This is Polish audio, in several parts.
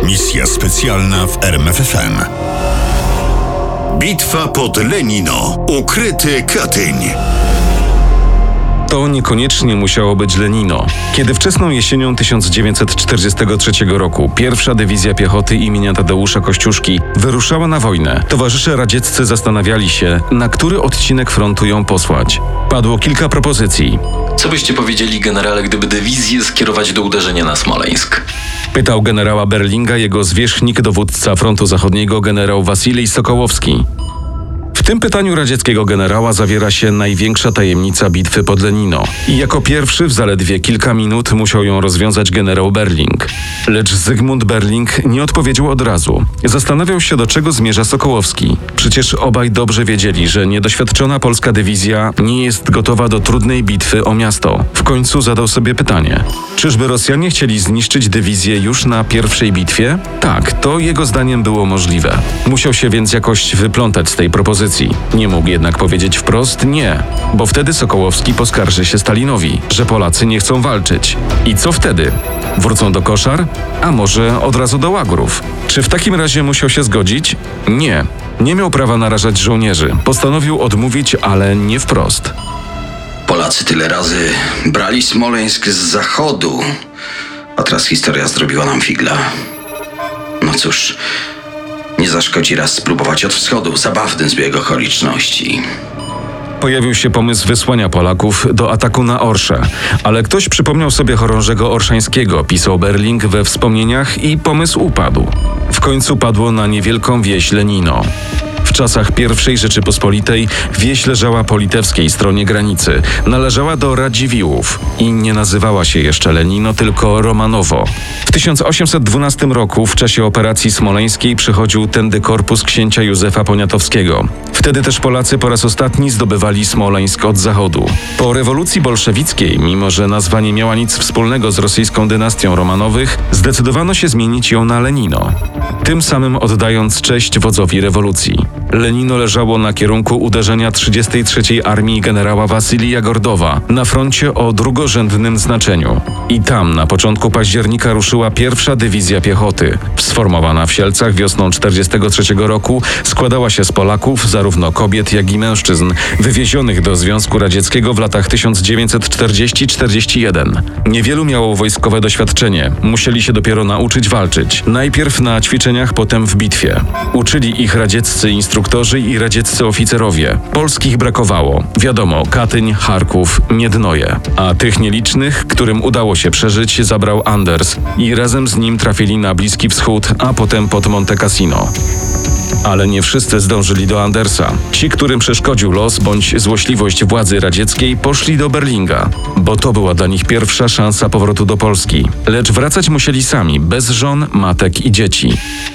Misja specjalna w RMFFM. Bitwa pod Lenino. Ukryty Katyń. To niekoniecznie musiało być Lenino. Kiedy wczesną jesienią 1943 roku pierwsza dywizja piechoty imienia Tadeusza Kościuszki wyruszała na wojnę, towarzysze radzieccy zastanawiali się, na który odcinek frontu ją posłać. Padło kilka propozycji. Co byście powiedzieli, generale, gdyby dywizję skierować do uderzenia na Smoleńsk? Pytał generała Berlinga jego zwierzchnik, dowódca frontu zachodniego generał Wasilij Sokołowski. W tym pytaniu radzieckiego generała zawiera się największa tajemnica bitwy pod Lenino i jako pierwszy w zaledwie kilka minut musiał ją rozwiązać generał Berling. Lecz Zygmunt Berling nie odpowiedział od razu. Zastanawiał się, do czego zmierza Sokołowski. Przecież obaj dobrze wiedzieli, że niedoświadczona polska dywizja nie jest gotowa do trudnej bitwy o miasto. W końcu zadał sobie pytanie: czyżby Rosjanie chcieli zniszczyć dywizję już na pierwszej bitwie? Tak, to jego zdaniem było możliwe. Musiał się więc jakoś wyplątać z tej propozycji. Nie mógł jednak powiedzieć wprost nie, bo wtedy Sokołowski poskarży się Stalinowi, że Polacy nie chcą walczyć. I co wtedy? Wrócą do koszar? A może od razu do łagrów? Czy w takim razie musiał się zgodzić? Nie. Nie miał prawa narażać żołnierzy. Postanowił odmówić, ale nie wprost. Polacy tyle razy brali Smoleńsk z zachodu, a teraz historia zrobiła nam figla. No cóż, nie zaszkodzi raz spróbować od wschodu. Zabawny zbieg okoliczności. Pojawił się pomysł wysłania Polaków do ataku na Orszę, ale ktoś przypomniał sobie chorążego orszańskiego, pisał Berling we wspomnieniach, i pomysł upadł. W końcu padło na niewielką wieś Lenino. W czasach I Rzeczypospolitej wieś leżała po litewskiej stronie granicy. Należała do Radziwiłłów i nie nazywała się jeszcze Lenino, tylko Romanowo. W 1812 roku w czasie operacji smoleńskiej przychodził tędy korpus księcia Józefa Poniatowskiego. Wtedy też Polacy po raz ostatni zdobywali Smoleńsk od zachodu. Po rewolucji bolszewickiej, mimo że nazwa nie miała nic wspólnego z rosyjską dynastią Romanowych, zdecydowano się zmienić ją na Lenino, tym samym oddając cześć wodzowi rewolucji. Lenino leżało na kierunku uderzenia 33. Armii generała Wasylija Gordowa na froncie o drugorzędnym znaczeniu. I tam na początku października ruszyła pierwsza dywizja piechoty. Sformowana w Sielcach wiosną 1943 roku, składała się z Polaków, zarówno kobiet, jak i mężczyzn, wywiezionych do Związku Radzieckiego w latach 1940-41. Niewielu miało wojskowe doświadczenie. Musieli się dopiero nauczyć walczyć. Najpierw na ćwiczeniach, potem w bitwie. Uczyli ich radzieccy instruktorzy i radzieccy oficerowie. Polskich brakowało. Wiadomo, Katyń, Charków, Miednoje. A tych nielicznych, którym udało się przeżyć, zabrał Anders i razem z nim trafili na Bliski Wschód, a potem pod Monte Cassino. Ale nie wszyscy zdążyli do Andersa. Ci, którym przeszkodził los bądź złośliwość władzy radzieckiej, poszli do Berlinga, bo to była dla nich pierwsza szansa powrotu do Polski. Lecz wracać musieli sami, bez żon, matek i dzieci.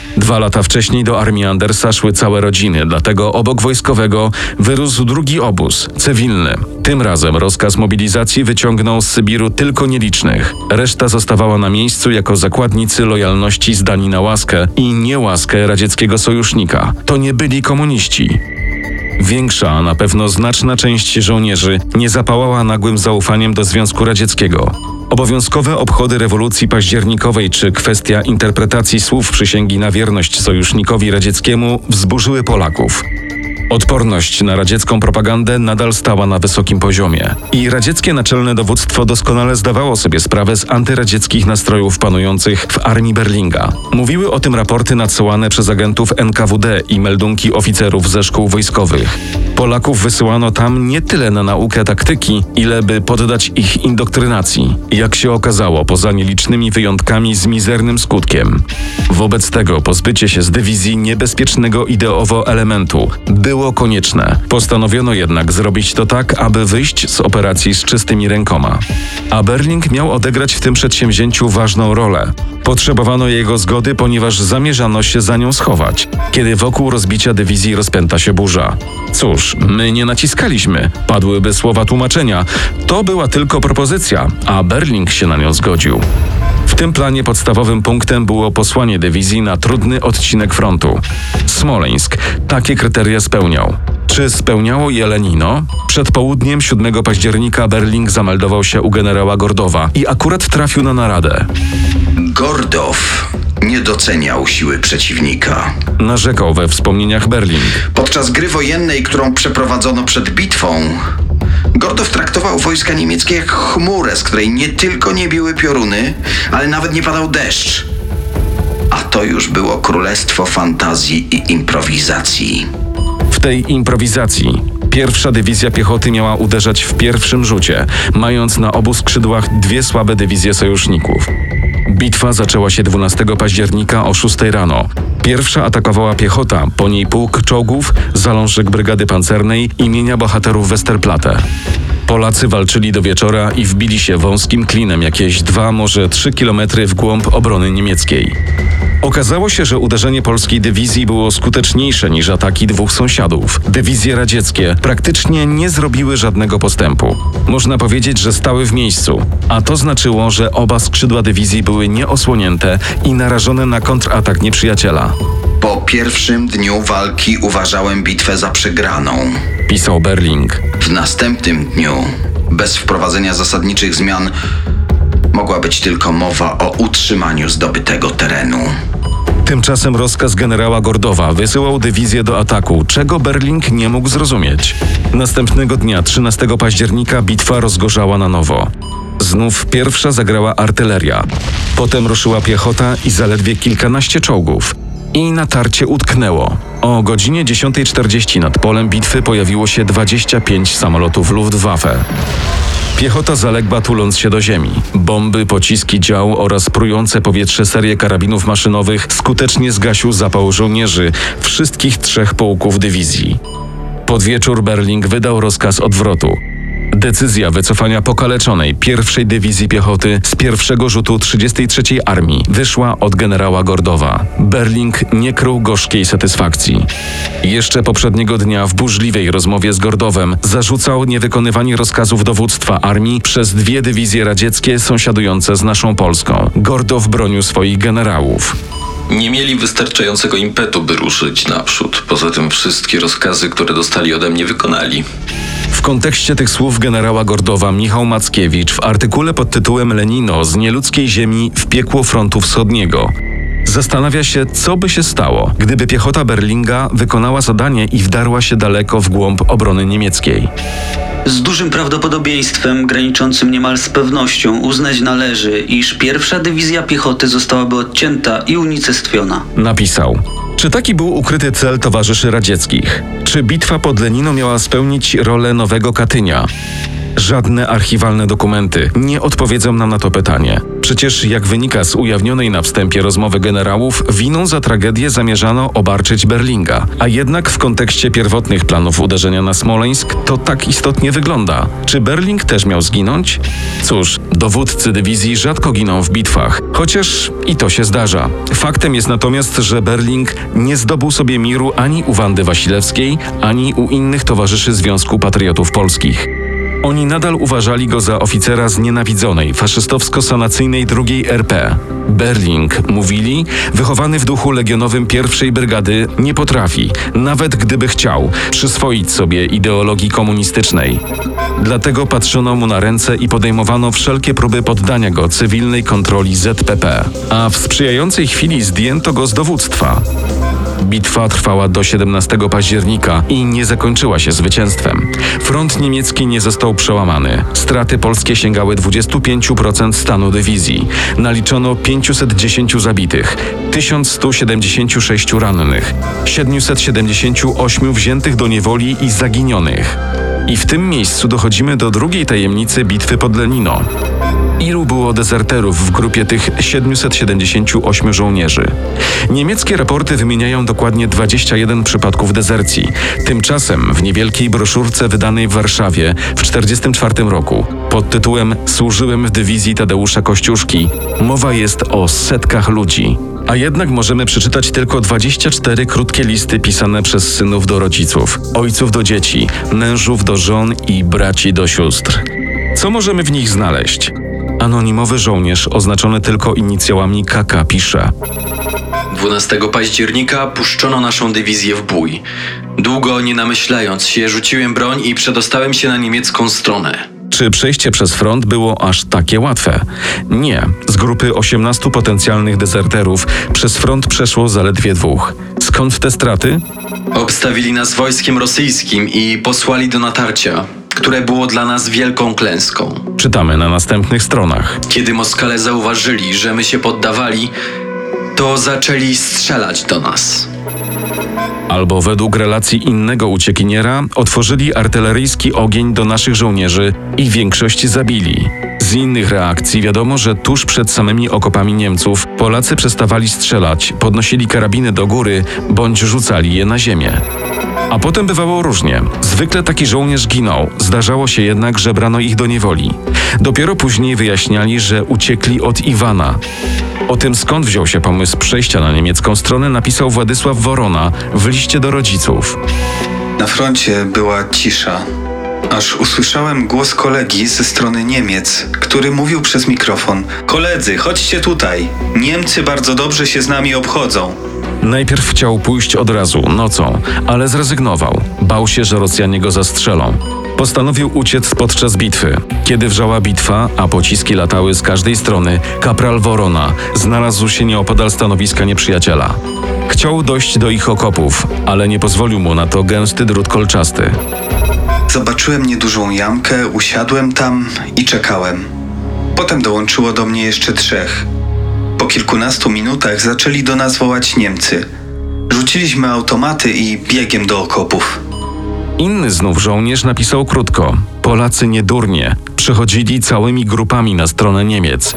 2 lata wcześniej do armii Andersa szły całe rodziny, dlatego obok wojskowego wyrósł drugi obóz, cywilny. Tym razem rozkaz mobilizacji wyciągnął z Sybiru tylko nielicznych. Reszta zostawała na miejscu jako zakładnicy lojalności zdani na łaskę i niełaskę radzieckiego sojusznika. To nie byli komuniści. Większa, a na pewno znaczna część żołnierzy nie zapałała nagłym zaufaniem do Związku Radzieckiego. Obowiązkowe obchody rewolucji październikowej czy kwestia interpretacji słów przysięgi na wierność sojusznikowi radzieckiemu wzburzyły Polaków. Odporność na radziecką propagandę nadal stała na wysokim poziomie i radzieckie naczelne dowództwo doskonale zdawało sobie sprawę z antyradzieckich nastrojów panujących w armii Berlinga. Mówiły o tym raporty nadsyłane przez agentów NKWD i meldunki oficerów ze szkół wojskowych. Polaków wysyłano tam nie tyle na naukę taktyki, ile by poddać ich indoktrynacji. Jak się okazało, poza nielicznymi wyjątkami z mizernym skutkiem. Wobec tego pozbycie się z dywizji niebezpiecznego ideowo elementu było konieczne. Postanowiono jednak zrobić to tak, aby wyjść z operacji z czystymi rękoma. A Berling miał odegrać w tym przedsięwzięciu ważną rolę. Potrzebowano jego zgody, ponieważ zamierzano się za nią schować, kiedy wokół rozbicia dywizji rozpęta się burza. Cóż, my nie naciskaliśmy, padłyby słowa tłumaczenia. To była tylko propozycja, a Berling się na nią zgodził. W tym planie podstawowym punktem było posłanie dywizji na trudny odcinek frontu. Smoleńsk takie kryteria spełniał. Czy spełniało je Lenino? Przed południem 7 października Berling zameldował się u generała Gordowa i akurat trafił na naradę. Gordow nie doceniał siły przeciwnika. Narzekał we wspomnieniach Berling. Podczas gry wojennej, którą przeprowadzono przed bitwą, Gordow traktował wojska niemieckie jak chmurę, z której nie tylko nie biły pioruny, ale nawet nie padał deszcz. A to już było królestwo fantazji i improwizacji. W tej improwizacji pierwsza dywizja piechoty miała uderzać w pierwszym rzucie, mając na obu skrzydłach 2 słabe dywizje sojuszników. Bitwa zaczęła się 12 października o 6 rano. Pierwsza atakowała piechota, po niej pułk czołgów, zalążek brygady pancernej imienia bohaterów Westerplatte. Polacy walczyli do wieczora i wbili się wąskim klinem jakieś 2, może 3 kilometry w głąb obrony niemieckiej. Okazało się, że uderzenie polskiej dywizji było skuteczniejsze niż ataki 2 sąsiadów. Dywizje radzieckie praktycznie nie zrobiły żadnego postępu. Można powiedzieć, że stały w miejscu, a to znaczyło, że oba skrzydła dywizji były nieosłonięte i narażone na kontratak nieprzyjaciela. Po pierwszym dniu walki uważałem bitwę za przegraną. Pisał Berling. W następnym dniu, bez wprowadzenia zasadniczych zmian, mogła być tylko mowa o utrzymaniu zdobytego terenu. Tymczasem rozkaz generała Gordowa wysyłał dywizję do ataku, czego Berling nie mógł zrozumieć. Następnego dnia, 13 października, bitwa rozgorzała na nowo. Znów pierwsza zagrała artyleria. Potem ruszyła piechota i zaledwie kilkanaście czołgów. I natarcie utknęło. O godzinie 10:40 nad polem bitwy pojawiło się 25 samolotów Luftwaffe. Piechota zaległa, tuląc się do ziemi. Bomby, pociski dział oraz prujące powietrze serie karabinów maszynowych skutecznie zgasił zapał żołnierzy wszystkich 3 pułków dywizji. Pod wieczór Berling wydał rozkaz odwrotu. Decyzja wycofania pokaleczonej 1. Dywizji Piechoty z pierwszego rzutu 33. Armii wyszła od generała Gordowa. Berling nie krył gorzkiej satysfakcji. Jeszcze poprzedniego dnia w burzliwej rozmowie z Gordowem zarzucał niewykonywanie rozkazów dowództwa armii przez 2 dywizje radzieckie sąsiadujące z naszą Polską. Gordow bronił swoich generałów. Nie mieli wystarczającego impetu, by ruszyć naprzód. Poza tym wszystkie rozkazy, które dostali ode mnie, wykonali. W kontekście tych słów generała Gordowa Michał Mackiewicz w artykule pod tytułem Lenino z nieludzkiej ziemi w piekło frontu wschodniego zastanawia się, co by się stało, gdyby piechota Berlinga wykonała zadanie i wdarła się daleko w głąb obrony niemieckiej. Z dużym prawdopodobieństwem, graniczącym niemal z pewnością, uznać należy, iż 1. Dywizja Piechoty zostałaby odcięta i unicestwiona. Napisał. Czy taki był ukryty cel towarzyszy radzieckich? Czy bitwa pod Lenino miała spełnić rolę nowego Katynia? Żadne archiwalne dokumenty nie odpowiedzą nam na to pytanie. Przecież, jak wynika z ujawnionej na wstępie rozmowy generałów, winą za tragedię zamierzano obarczyć Berlinga. A jednak w kontekście pierwotnych planów uderzenia na Smoleńsk to tak istotnie wygląda. Czy Berling też miał zginąć? Cóż, dowódcy dywizji rzadko giną w bitwach, chociaż i to się zdarza. Faktem jest natomiast, że Berling nie zdobył sobie miru ani u Wandy Wasilewskiej, ani u innych towarzyszy Związku Patriotów Polskich. Oni nadal uważali go za oficera znienawidzonej, faszystowsko-sanacyjnej II RP. Berling, mówili, wychowany w duchu legionowym 1. Brygady, nie potrafi, nawet gdyby chciał, przyswoić sobie ideologii komunistycznej. Dlatego patrzono mu na ręce i podejmowano wszelkie próby poddania go cywilnej kontroli ZPP. A w sprzyjającej chwili zdjęto go z dowództwa. Bitwa trwała do 17 października i nie zakończyła się zwycięstwem. Front niemiecki nie został przełamany. Straty polskie sięgały 25% stanu dywizji. Naliczono 510 zabitych, 1176 rannych, 778 wziętych do niewoli i zaginionych. I w tym miejscu dochodzimy do drugiej tajemnicy bitwy pod Lenino. Ilu było dezerterów w grupie tych 778 żołnierzy? Niemieckie raporty wymieniają dokładnie 21 przypadków dezercji. Tymczasem w niewielkiej broszurce wydanej w Warszawie w 1944 roku pod tytułem „Służyłem w dywizji Tadeusza Kościuszki” mowa jest o setkach ludzi. A jednak możemy przeczytać tylko 24 krótkie listy pisane przez synów do rodziców, ojców do dzieci, mężów do żon i braci do sióstr. Co możemy w nich znaleźć? Anonimowy żołnierz oznaczony tylko inicjałami KK pisze: 12 października puszczono naszą dywizję w bój. Długo nie namyślając się, rzuciłem broń i przedostałem się na niemiecką stronę. Czy przejście przez front było aż takie łatwe? Nie. Z grupy 18 potencjalnych dezerterów przez front przeszło zaledwie 2. Skąd te straty? Obstawili nas wojskiem rosyjskim i posłali do natarcia, które było dla nas wielką klęską. Czytamy na następnych stronach. Kiedy Moskale zauważyli, że my się poddawali, to zaczęli strzelać do nas. Albo według relacji innego uciekiniera otworzyli artyleryjski ogień do naszych żołnierzy i większość zabili. Z innych reakcji wiadomo, że tuż przed samymi okopami Niemców Polacy przestawali strzelać, podnosili karabiny do góry bądź rzucali je na ziemię. A potem bywało różnie. Zwykle taki żołnierz ginął, zdarzało się jednak, że brano ich do niewoli. Dopiero później wyjaśniali, że uciekli od Iwana. O tym, skąd wziął się pomysł przejścia na niemiecką stronę, napisał Władysław Worona w liście do rodziców. Na froncie była cisza, aż usłyszałem głos kolegi ze strony Niemiec, który mówił przez mikrofon: koledzy, chodźcie tutaj, Niemcy bardzo dobrze się z nami obchodzą. Najpierw chciał pójść od razu, nocą, ale zrezygnował. Bał się, że Rosjanie go zastrzelą. Postanowił uciec podczas bitwy. Kiedy wrzała bitwa, a pociski latały z każdej strony, kapral Worona znalazł się nieopodal stanowiska nieprzyjaciela. Chciał dojść do ich okopów, ale nie pozwolił mu na to gęsty drut kolczasty. Zobaczyłem niedużą jamkę, usiadłem tam i czekałem. Potem dołączyło do mnie jeszcze 3. Po kilkunastu minutach zaczęli do nas wołać Niemcy. Rzuciliśmy automaty i biegiem do okopów. Inny znów żołnierz napisał krótko: Polacy niedurnie, przechodzili całymi grupami na stronę Niemiec.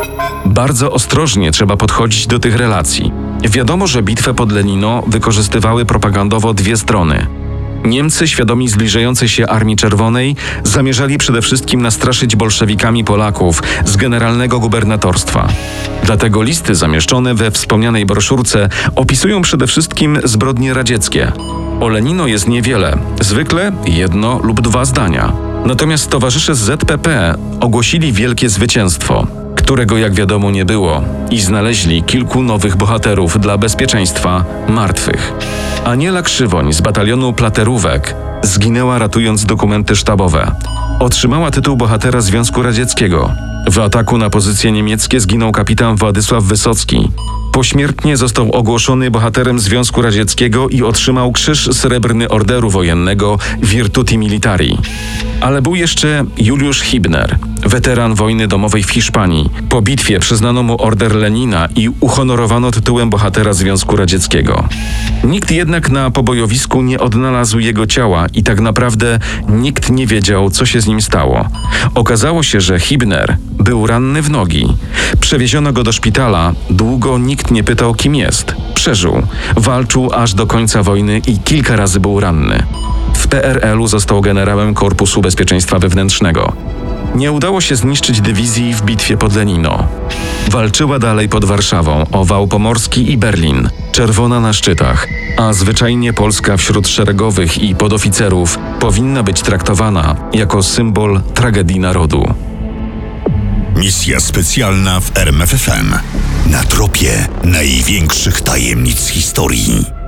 Bardzo ostrożnie trzeba podchodzić do tych relacji. Wiadomo, że bitwę pod Lenino wykorzystywały propagandowo 2 strony. Niemcy, świadomi zbliżającej się Armii Czerwonej, zamierzali przede wszystkim nastraszyć bolszewikami Polaków z generalnego gubernatorstwa. Dlatego listy zamieszczone we wspomnianej broszurce opisują przede wszystkim zbrodnie radzieckie. O Lenino jest niewiele, zwykle 1 lub 2 zdania. Natomiast towarzysze z ZPP ogłosili wielkie zwycięstwo, którego jak wiadomo nie było, i znaleźli kilku nowych bohaterów dla bezpieczeństwa martwych. Aniela Krzywoń z batalionu Platerówek zginęła, ratując dokumenty sztabowe. Otrzymała tytuł bohatera Związku Radzieckiego. W ataku na pozycje niemieckie zginął kapitan Władysław Wysocki. Pośmiertnie został ogłoszony bohaterem Związku Radzieckiego i otrzymał Krzyż Srebrny Orderu Wojennego Virtuti Militari. Ale był jeszcze Juliusz Hibner, weteran wojny domowej w Hiszpanii. Po bitwie przyznano mu Order Lenina i uhonorowano tytułem bohatera Związku Radzieckiego. Nikt jednak na pobojowisku nie odnalazł jego ciała i tak naprawdę nikt nie wiedział, co się z nim stało. Okazało się, że Hibner był ranny w nogi. Przewieziono go do szpitala, długo nikt nie pytał, kim jest. Przeżył, walczył aż do końca wojny i kilka razy był ranny. W PRL-u został generałem Korpusu Bezpieczeństwa Wewnętrznego. Nie udało się zniszczyć dywizji w bitwie pod Lenino. Walczyła dalej pod Warszawą, o wał pomorski i Berlin, czerwona na szczytach, a zwyczajnie Polska wśród szeregowych i podoficerów powinna być traktowana jako symbol tragedii narodu. Misja specjalna w RMFFM. Na tropie największych tajemnic historii.